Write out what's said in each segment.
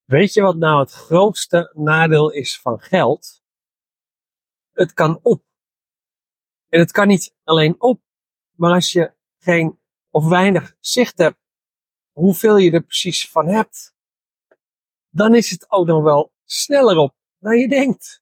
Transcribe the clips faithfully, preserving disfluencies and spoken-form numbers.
Weet je wat nou het grootste nadeel is van geld? Het kan op. En het kan niet alleen op, maar als je geen of weinig zicht hebt hoeveel je er precies van hebt, dan is het ook nog wel sneller op dan je denkt.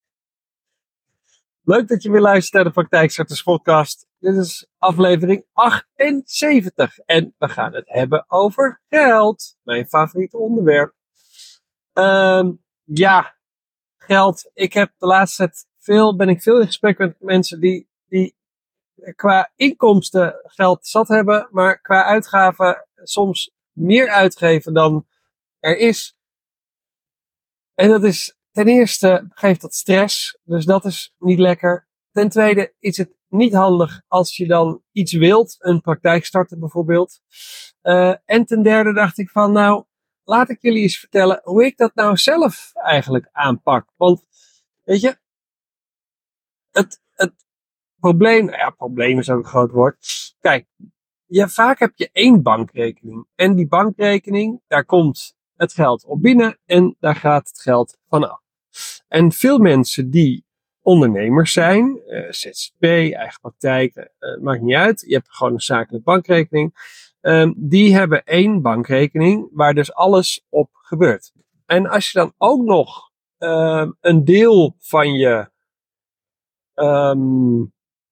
Leuk dat je weer luistert naar de Praktijkstarters podcast. Dit is aflevering achtenzeventig en we gaan het hebben over geld. Mijn favoriete onderwerp. Um, ja, geld. Ik heb de laatste tijd veel, ben ik veel in gesprek met mensen die, die qua inkomsten geld zat hebben, maar qua uitgaven soms meer uitgeven dan er is. En dat is, ten eerste geeft dat stress, dus dat is niet lekker. Ten tweede is het niet handig als je dan iets wilt, een praktijk starten bijvoorbeeld. Uh, en ten derde dacht ik van, nou, laat ik jullie eens vertellen hoe ik dat nou zelf eigenlijk aanpak. Want, weet je, het, het probleem, ja, probleem is ook een groot woord. Kijk, ja, vaak heb je één bankrekening. En die bankrekening, daar komt het geld op binnen en daar gaat het geld vanaf. En veel mensen die ondernemers zijn, uh, Z Z P, eigen praktijk, uh, maakt niet uit. Je hebt gewoon een zakelijke bankrekening. Um, die hebben één bankrekening waar dus alles op gebeurt. En als je dan ook nog um, een deel van je um,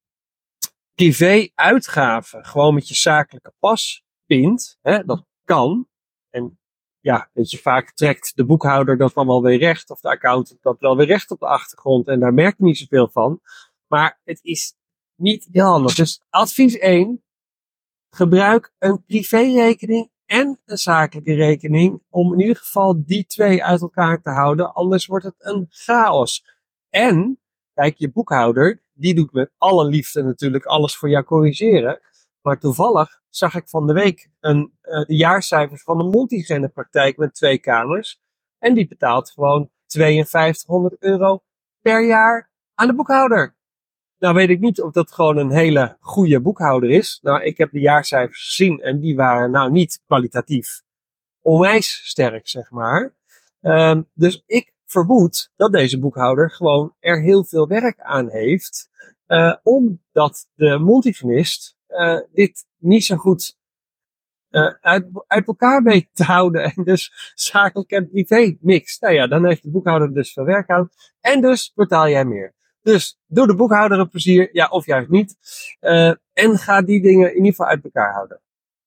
privé-uitgaven gewoon met je zakelijke pas pint, hè, dat kan. En ja, weet je, vaak trekt de boekhouder dat dan wel weer recht, of de accountant dat wel weer recht op de achtergrond, en daar merk je niet zoveel van. Maar het is niet heel handig. Dus advies één, gebruik een privérekening en een zakelijke rekening om in ieder geval die twee uit elkaar te houden, anders wordt het een chaos. En, kijk, je boekhouder, die doet met alle liefde natuurlijk alles voor jou corrigeren. Maar toevallig zag ik van de week een, uh, de jaarcijfers van een multigenepraktijk met twee kamers. En die betaalt gewoon tweeënvijftighonderd euro per jaar aan de boekhouder. Nou weet ik niet of dat gewoon een hele goede boekhouder is. Nou, ik heb de jaarcijfers gezien en die waren nou niet kwalitatief onwijs sterk, zeg maar. Um, dus ik vermoed dat deze boekhouder gewoon er heel veel werk aan heeft. Uh, omdat de multigenist uh, dit niet zo goed uh, uit, uit elkaar weet te houden. En dus zakelijk en privé mix. Nou ja, dan heeft de boekhouder dus veel werk aan. En dus betaal jij meer. Dus doe de boekhouder een plezier, ja, of juist niet. Uh, en ga die dingen in ieder geval uit elkaar houden.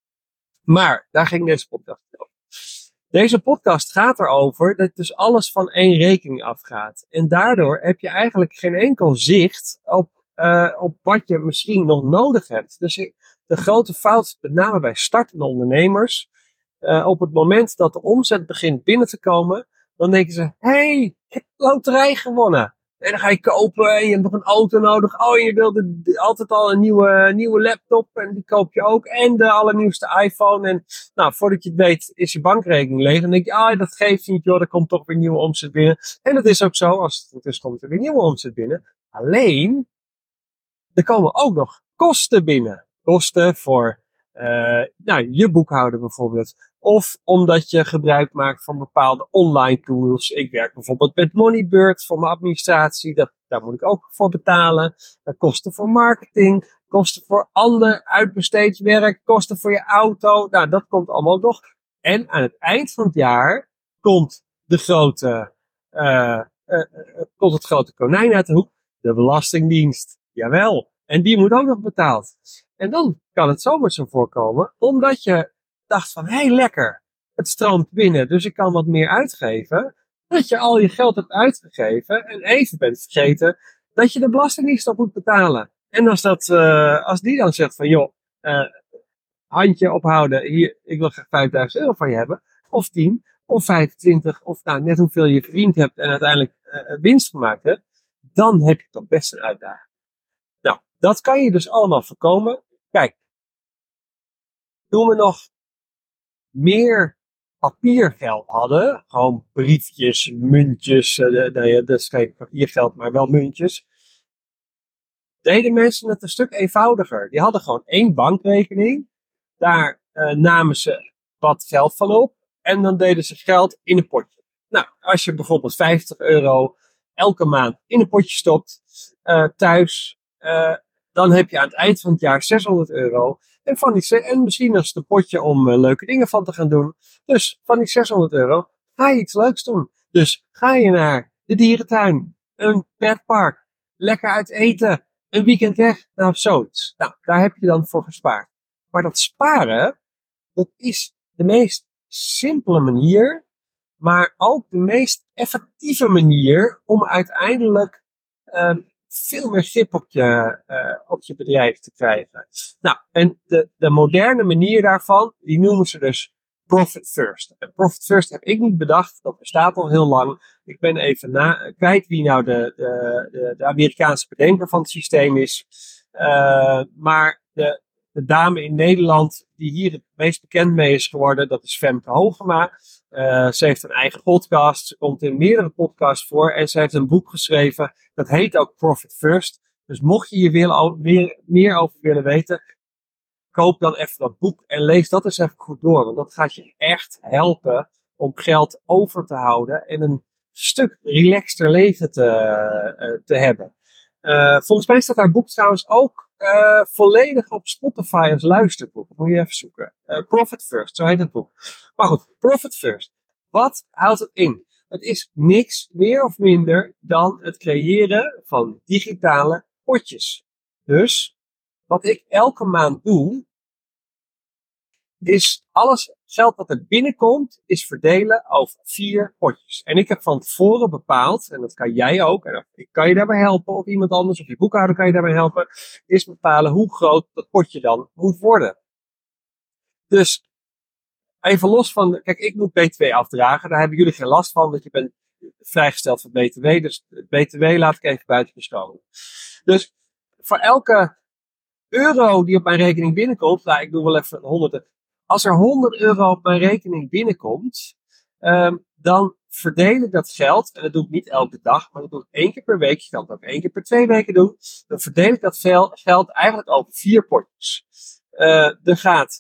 Maar, daar ging deze podcast over. Deze podcast gaat erover dat dus alles van één rekening afgaat. En daardoor heb je eigenlijk geen enkel zicht op, uh, op wat je misschien nog nodig hebt. Dus de grote fout, met name bij startende ondernemers, uh, op het moment dat de omzet begint binnen te komen, dan denken ze, hé, hey, ik heb loterij gewonnen. En dan ga je kopen en je hebt nog een auto nodig. Oh, je wilde altijd al een nieuwe, nieuwe laptop en die koop je ook. En de allernieuwste iPhone. En nou, voordat je het weet is je bankrekening leeg. En dan denk je, ah, dat geeft niet joh, er komt toch weer nieuwe omzet binnen. En dat is ook zo, als het goed is komt er weer nieuwe omzet binnen. Alleen, er komen ook nog kosten binnen. Kosten voor uh, nou, je boekhouder bijvoorbeeld. Of omdat je gebruik maakt van bepaalde online tools. Ik werk bijvoorbeeld met Moneybird voor mijn administratie. Dat, daar moet ik ook voor betalen. Kosten voor marketing. Kosten voor ander uitbesteed werk. Kosten voor je auto. Nou, dat komt allemaal nog. En aan het eind van het jaar komt de grote, uh, uh, uh, komt het grote konijn uit de hoek. De Belastingdienst. Jawel. En die moet ook nog betaald. En dan kan het zomaar zo voorkomen. Omdat je dacht van, hé, hey, lekker, het stroomt binnen, dus ik kan wat meer uitgeven. Dat je al je geld hebt uitgegeven en even bent vergeten dat je de belastingdienst op moet betalen. En als, dat, uh, als die dan zegt van, joh, uh, handje ophouden, hier, ik wil graag vijfduizend euro van je hebben, of tien, of vijfentwintig, of nou, net hoeveel je verdiend hebt en uiteindelijk uh, winst gemaakt hebt, dan heb je toch best een uitdaging. Nou, dat kan je dus allemaal voorkomen. Kijk, toen we nog meer papiergeld hadden, gewoon briefjes, muntjes, uh, nee, dat is geen papiergeld, maar wel muntjes, deden mensen het een stuk eenvoudiger. Die hadden gewoon één bankrekening, daar uh, namen ze wat geld van op, En dan deden ze geld in een potje. Nou, als je bijvoorbeeld vijftig euro elke maand in een potje stopt, uh, thuis, uh, dan heb je aan het eind van het jaar zeshonderd euro. En, van die, en misschien is het een potje om uh, leuke dingen van te gaan doen. Dus van die zeshonderd euro ga je iets leuks doen. Dus ga je naar de dierentuin, een pretpark, lekker uit eten, een weekend weg, nou zoiets. Nou, daar heb je dan voor gespaard. Maar dat sparen, dat is de meest simpele manier, maar ook de meest effectieve manier om uiteindelijk uh, veel meer grip op je, uh, op je bedrijf te krijgen. Nou, en de, de moderne manier daarvan, die noemen ze dus Profit First. En Profit First heb ik niet bedacht, dat bestaat al heel lang. Ik ben even na, kwijt wie nou de, de, de, de Amerikaanse bedenker van het systeem is. Uh, maar de, de dame in Nederland die hier het meest bekend mee is geworden, dat is Femke Hogema. Uh, ze heeft een eigen podcast, ze komt in meerdere podcasts voor en ze heeft een boek geschreven, dat heet ook Profit First. Dus mocht je hier willen, meer, meer over willen weten, koop dan even dat boek en lees dat eens even goed door. Want dat gaat je echt helpen om geld over te houden en een stuk relaxter leven te, uh, te hebben. Uh, volgens mij staat haar boek trouwens ook uh, volledig op Spotify als luisterboek. Dat moet je even zoeken. Uh, Profit First, zo heet het boek. Maar goed, Profit First. Wat houdt het in? Het is niks meer of minder dan het creëren van digitale potjes. Dus wat ik elke maand doe, is alles geld dat er binnenkomt, is verdelen over vier potjes. En ik heb van tevoren bepaald, en dat kan jij ook, en ik kan je daarbij helpen, of iemand anders, of je boekhouder kan je daarbij helpen, is bepalen hoe groot dat potje dan moet worden. Dus, even los van, kijk, ik moet B T W afdragen, daar hebben jullie geen last van, want je bent vrijgesteld van B T W, dus B T W laat ik even buiten beschouwen. Dus, voor elke euro die op mijn rekening binnenkomt, nou, ik doe wel even honderd. Als er honderd euro op mijn rekening binnenkomt, um, dan verdeel ik dat geld, en dat doe ik niet elke dag, maar dat doe ik één keer per week, je kan het ook één keer per twee weken doen, dan verdeel ik dat geld eigenlijk over vier potjes. Uh, er gaat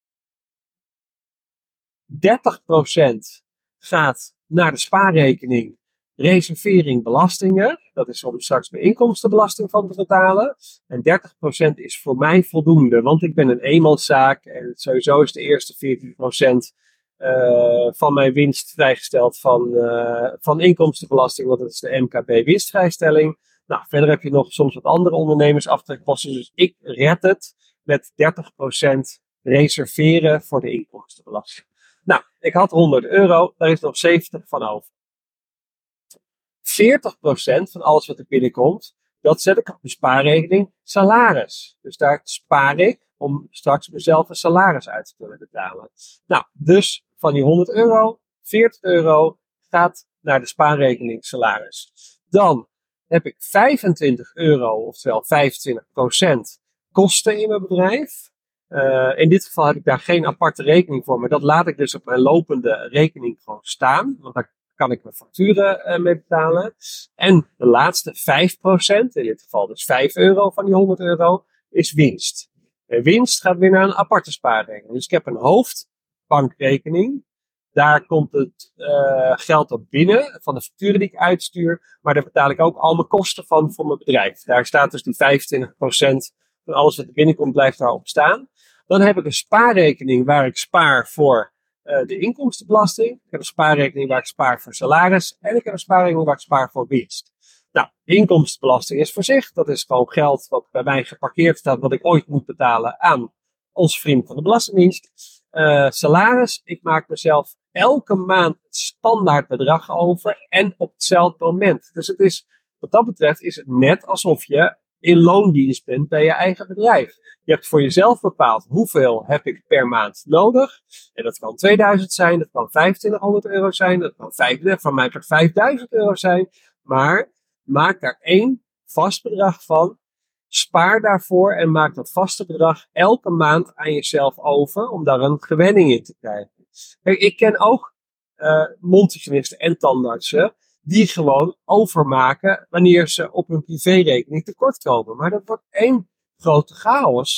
dertig procent gaat naar de spaarrekening, reservering belastingen. Dat is om straks mijn inkomstenbelasting van te betalen. En dertig procent is voor mij voldoende, want ik ben een eenmanszaak en sowieso is de eerste veertien procent uh, van mijn winst vrijgesteld van, uh, van inkomstenbelasting, want dat is de M K B winstvrijstelling. Nou, verder heb je nog soms wat andere ondernemersaftrekposten, dus ik red het met dertig procent reserveren voor de inkomstenbelasting. Nou, ik had honderd euro, daar is nog zeventig van over. veertig procent van alles wat er binnenkomt, dat zet ik op mijn spaarrekening salaris. Dus daar spaar ik om straks mezelf een salaris uit te kunnen betalen. Nou, dus van die honderd euro, veertig euro gaat naar de spaarrekening salaris. Dan heb ik vijfentwintig euro, oftewel vijfentwintig procent kosten in mijn bedrijf. Uh, in dit geval heb ik daar geen aparte rekening voor, maar dat laat ik dus op mijn lopende rekening gewoon staan. Want daar kan ik mijn facturen uh, mee betalen. En de laatste vijf procent, in dit geval dus vijf euro van die honderd euro, is winst. En winst gaat weer naar een aparte spaarrekening. Dus ik heb een hoofdbankrekening. Daar komt het uh, geld op binnen van de facturen die ik uitstuur. Maar daar betaal ik ook al mijn kosten van voor mijn bedrijf. Daar staat dus die vijfentwintig procent van alles wat er binnenkomt blijft daarop staan. Dan heb ik een spaarrekening waar ik spaar voor uh, de inkomstenbelasting. Ik heb een spaarrekening waar ik spaar voor salaris. En ik heb een spaarrekening waar ik spaar voor winst. Nou, de inkomstenbelasting is voor zich. Dat is gewoon geld wat bij mij geparkeerd staat, wat ik ooit moet betalen aan onze vriend van de Belastingdienst. Uh, salaris, ik maak mezelf elke maand het standaard bedrag over en op hetzelfde moment. Dus het is, wat dat betreft, is het net alsof je in loondienst bent bij je eigen bedrijf. Je hebt voor jezelf bepaald hoeveel heb ik per maand nodig. En dat kan tweeduizend zijn, dat kan vijfentwintighonderd euro zijn, dat kan vijftig, van mij per vijfduizend euro zijn. Maar maak daar één vast bedrag van. Spaar daarvoor en maak dat vaste bedrag elke maand aan jezelf over om daar een gewenning in te krijgen. Kijk, ik ken ook uh, mondhygiënisten en tandartsen die gewoon overmaken wanneer ze op hun privérekening tekort komen. Maar dat wordt één grote chaos.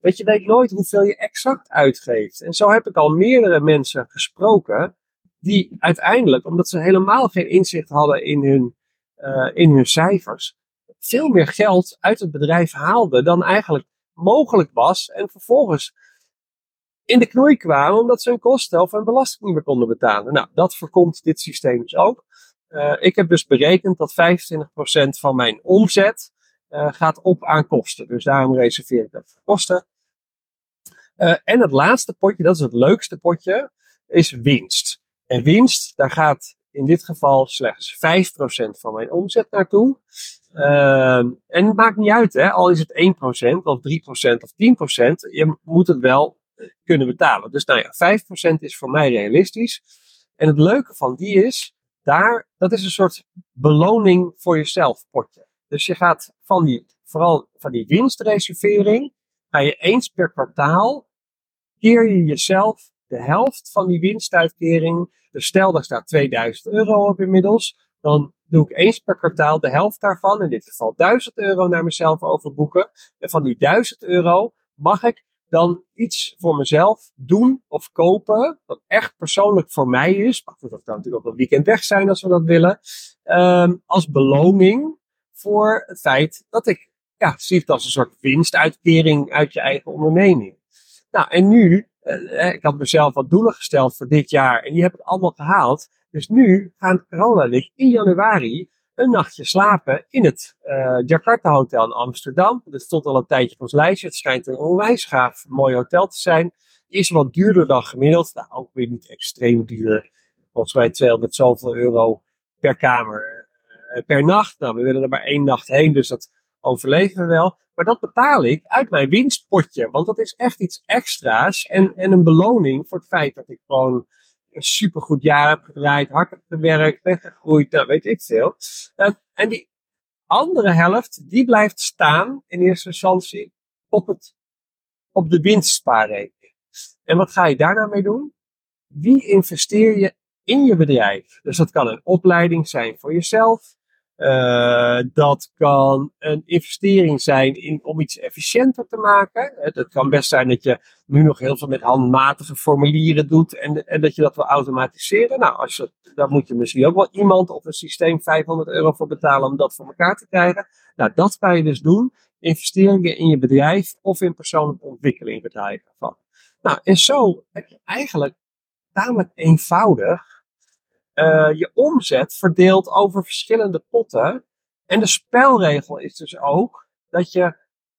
Want je weet nooit hoeveel je exact uitgeeft. En zo heb ik al meerdere mensen gesproken die uiteindelijk, omdat ze helemaal geen inzicht hadden in hun, uh, in hun cijfers, veel meer geld uit het bedrijf haalden dan eigenlijk mogelijk was. En vervolgens in de knoei kwamen omdat ze hun kosten of hun belasting niet meer konden betalen. Nou, dat voorkomt dit systeem dus ook. Uh, ik heb dus berekend dat vijfentwintig procent van mijn omzet uh, gaat op aan kosten. Dus daarom reserveer ik dat voor kosten. Uh, en het laatste potje, dat is het leukste potje, is winst. En winst, daar gaat in dit geval slechts vijf procent van mijn omzet naartoe. Uh, en het maakt niet uit, hè, al is het één procent of drie procent of tien procent. Je moet het wel kunnen betalen. Dus nou ja, vijf procent is voor mij realistisch. En het leuke van die is, daar, dat is een soort beloning voor jezelf potje. Dus je gaat van die, vooral van die winstreservering, ga je eens per kwartaal, keer je jezelf de helft van die winstuitkering. Dus stel, daar staat tweeduizend euro op inmiddels. Dan doe ik eens per kwartaal de helft daarvan, in dit geval duizend euro, naar mezelf overboeken. En van die duizend euro mag ik dan iets voor mezelf doen of kopen, wat echt persoonlijk voor mij is. Maar goed, dat kan natuurlijk ook een weekend weg zijn als we dat willen. Um, als beloning voor het feit dat ik, ja, zie het als een soort winstuitkering uit je eigen onderneming. Nou, en nu, uh, ik had mezelf wat doelen gesteld voor dit jaar en die heb ik allemaal gehaald. Dus nu gaan Carola en ik in januari een nachtje slapen in het uh, Jakarta Hotel in Amsterdam. Dat stond al een tijdje op ons lijstje. Het schijnt een onwijs gaaf, mooi hotel te zijn. Is wat duurder dan gemiddeld. Nou, ook weer niet extreem duur. Volgens mij tweehonderd zoveel euro per kamer uh, per nacht. Nou, we willen er maar één nacht heen, dus dat overleven we wel. Maar dat betaal ik uit mijn winstpotje. Want dat is echt iets extra's. En, en een beloning voor het feit dat ik gewoon een supergoed jaar heb gedraaid, hard heb gewerkt, ben gegroeid, nou weet ik veel. Uh, en die andere helft, die blijft staan in eerste instantie op, het, op de winstspaarrekening. En wat ga je daar nou mee doen? Wie investeer je in je bedrijf? Dus dat kan een opleiding zijn voor jezelf. Uh, dat kan een investering zijn in, om iets efficiënter te maken. Het kan best zijn dat je nu nog heel veel met handmatige formulieren doet en, en dat je dat wil automatiseren. Nou, als je, daar moet je misschien ook wel iemand of een systeem vijfhonderd euro voor betalen om dat voor elkaar te krijgen. Nou, dat kan je dus doen. Investeringen in je bedrijf of in persoonlijke ontwikkeling bedrijven van. Nou, en zo heb je eigenlijk tamelijk eenvoudig Uh, je omzet verdeeld over verschillende potten. En de spelregel is dus ook dat je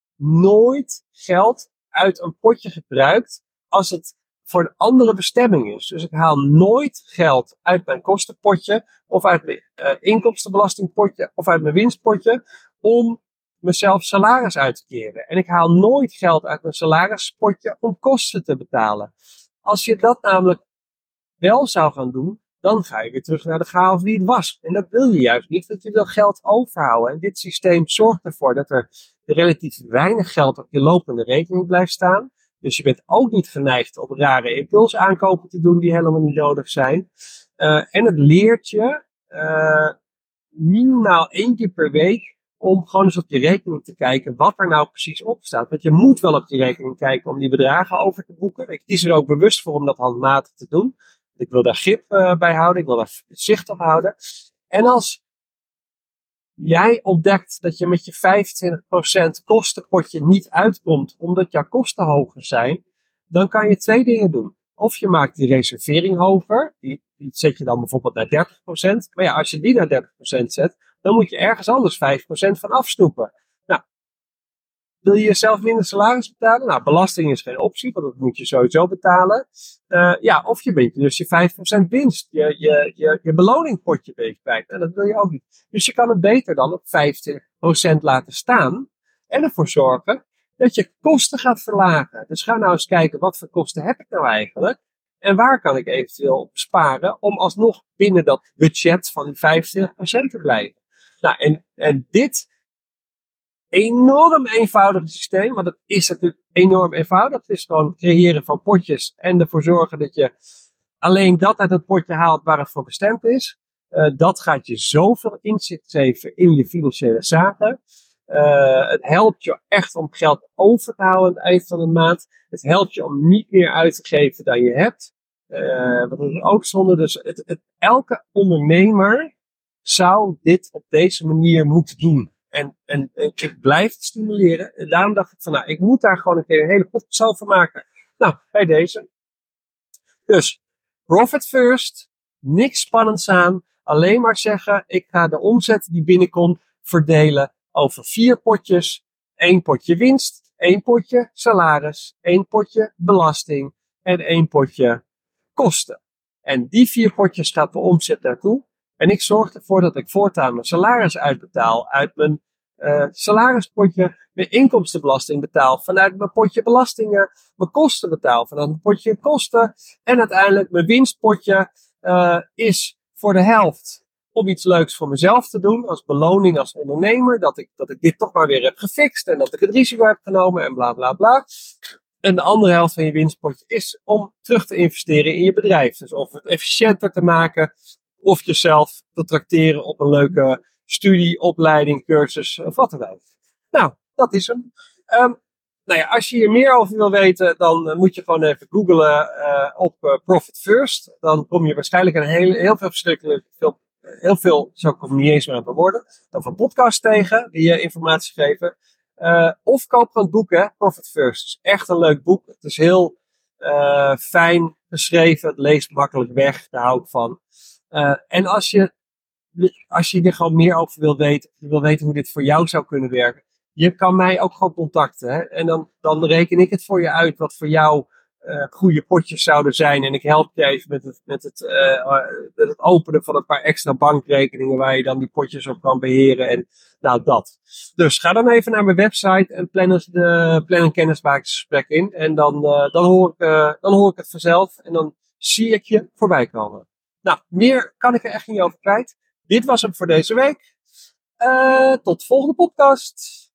nooit geld uit een potje gebruikt als het voor een andere bestemming is. Dus ik haal nooit geld uit mijn kostenpotje of uit mijn uh, inkomstenbelastingpotje of uit mijn winstpotje om mezelf salaris uit te keren. En ik haal nooit geld uit mijn salarispotje om kosten te betalen. Als je dat namelijk wel zou gaan doen, dan ga je weer terug naar de chaos die het was. En dat wil je juist niet, want je wil geld overhouden. En dit systeem zorgt ervoor dat er relatief weinig geld op je lopende rekening blijft staan. Dus je bent ook niet geneigd om rare impulsaankopen te doen die helemaal niet nodig zijn. Uh, en het leert je uh, minimaal één keer per week om gewoon eens op je rekening te kijken wat er nou precies op staat. Want je moet wel op je rekening kijken om die bedragen over te boeken. Ik kies er ook bewust voor om dat handmatig te doen. Ik wil daar grip uh, bij houden. Ik wil daar zicht op houden. En als jij ontdekt dat je met je vijfentwintig procent kostenpotje niet uitkomt omdat jouw kosten hoger zijn, dan kan je twee dingen doen. Of je maakt die reservering hoger. Die, die zet je dan bijvoorbeeld naar dertig procent. Maar ja, als je die naar dertig procent zet, dan moet je ergens anders vijf procent van afsnoepen. Nou, wil je jezelf minder salaris betalen? Nou, belasting is geen optie, want dat moet je sowieso betalen. Uh, ja, of je bent dus je vijf procent winst, je, je, je, je beloningpotje ben je kwijt. En dat wil je ook niet. Dus je kan het beter dan op vijfentwintig procent laten staan en ervoor zorgen dat je kosten gaat verlagen. Dus ga nou eens kijken, wat voor kosten heb ik nou eigenlijk? En waar kan ik eventueel op besparen om alsnog binnen dat budget van die vijfentwintig procent te blijven? Nou, en, en dit enorm eenvoudige systeem, want het is natuurlijk enorm eenvoudig. Het is gewoon het creëren van potjes en ervoor zorgen dat je alleen dat uit het potje haalt waar het voor bestemd is. Uh, dat gaat je zoveel inzicht geven in je financiële zaken. Uh, het helpt je echt om geld over te houden aan het eind van de maand. Het helpt je om niet meer uit te geven dan je hebt. Uh, wat is ook zonde. Dus het, het, elke ondernemer zou dit op deze manier moeten doen. En, en, en ik blijf het stimuleren. En daarom dacht ik van, nou, ik moet daar gewoon een keer een hele podcast over maken. Nou, bij deze. Dus, profit first. Niks spannends aan. Alleen maar zeggen, ik ga de omzet die binnenkomt verdelen over vier potjes. Eén potje winst, één potje salaris, één potje belasting en één potje kosten. En die vier potjes gaat de omzet naartoe. En ik zorg ervoor dat ik voortaan mijn salaris uitbetaal uit mijn uh, salarispotje, mijn inkomstenbelasting betaal vanuit mijn potje belastingen, mijn kosten betaal vanuit mijn potje kosten en uiteindelijk mijn winstpotje uh, is voor de helft om iets leuks voor mezelf te doen, als beloning als ondernemer, dat ik, dat ik dit toch maar weer heb gefixt en dat ik het risico heb genomen en bla bla bla. En de andere helft van je winstpotje is om terug te investeren in je bedrijf. Dus of het efficiënter te maken, of jezelf te trakteren op een leuke studie, opleiding, cursus of wat dan ook. Nou, dat is hem. Um, nou ja, als je hier meer over wil weten, dan uh, moet je gewoon even googlen uh, op uh, Profit First. Dan kom je waarschijnlijk aan heel, heel veel verschillende, veel, heel veel, zo kom ik niet eens meer aan het woorden, dan van podcasts tegen, die je informatie geven. Uh, of koop van het boek, hè, Profit First. Het is echt een leuk boek. Het is heel uh, fijn geschreven. Het leest makkelijk weg. Daar hou ik van. Uh, en als je, als je er gewoon meer over wil weten, je wil weten hoe dit voor jou zou kunnen werken, je kan mij ook gewoon contacten. Hè? En dan, dan reken ik het voor je uit wat voor jou uh, goede potjes zouden zijn. En ik help je even met het, met, het, uh, met het openen van een paar extra bankrekeningen waar je dan die potjes op kan beheren. En nou, dat. Dus ga dan even naar mijn website en plan, eens de, plan een kennismakingsgesprek in. En dan, uh, dan, hoor ik, uh, dan hoor ik het vanzelf. En dan zie ik je voorbij komen. Nou, meer kan ik er echt niet over kwijt. Dit was hem voor deze week. Uh, tot de volgende podcast.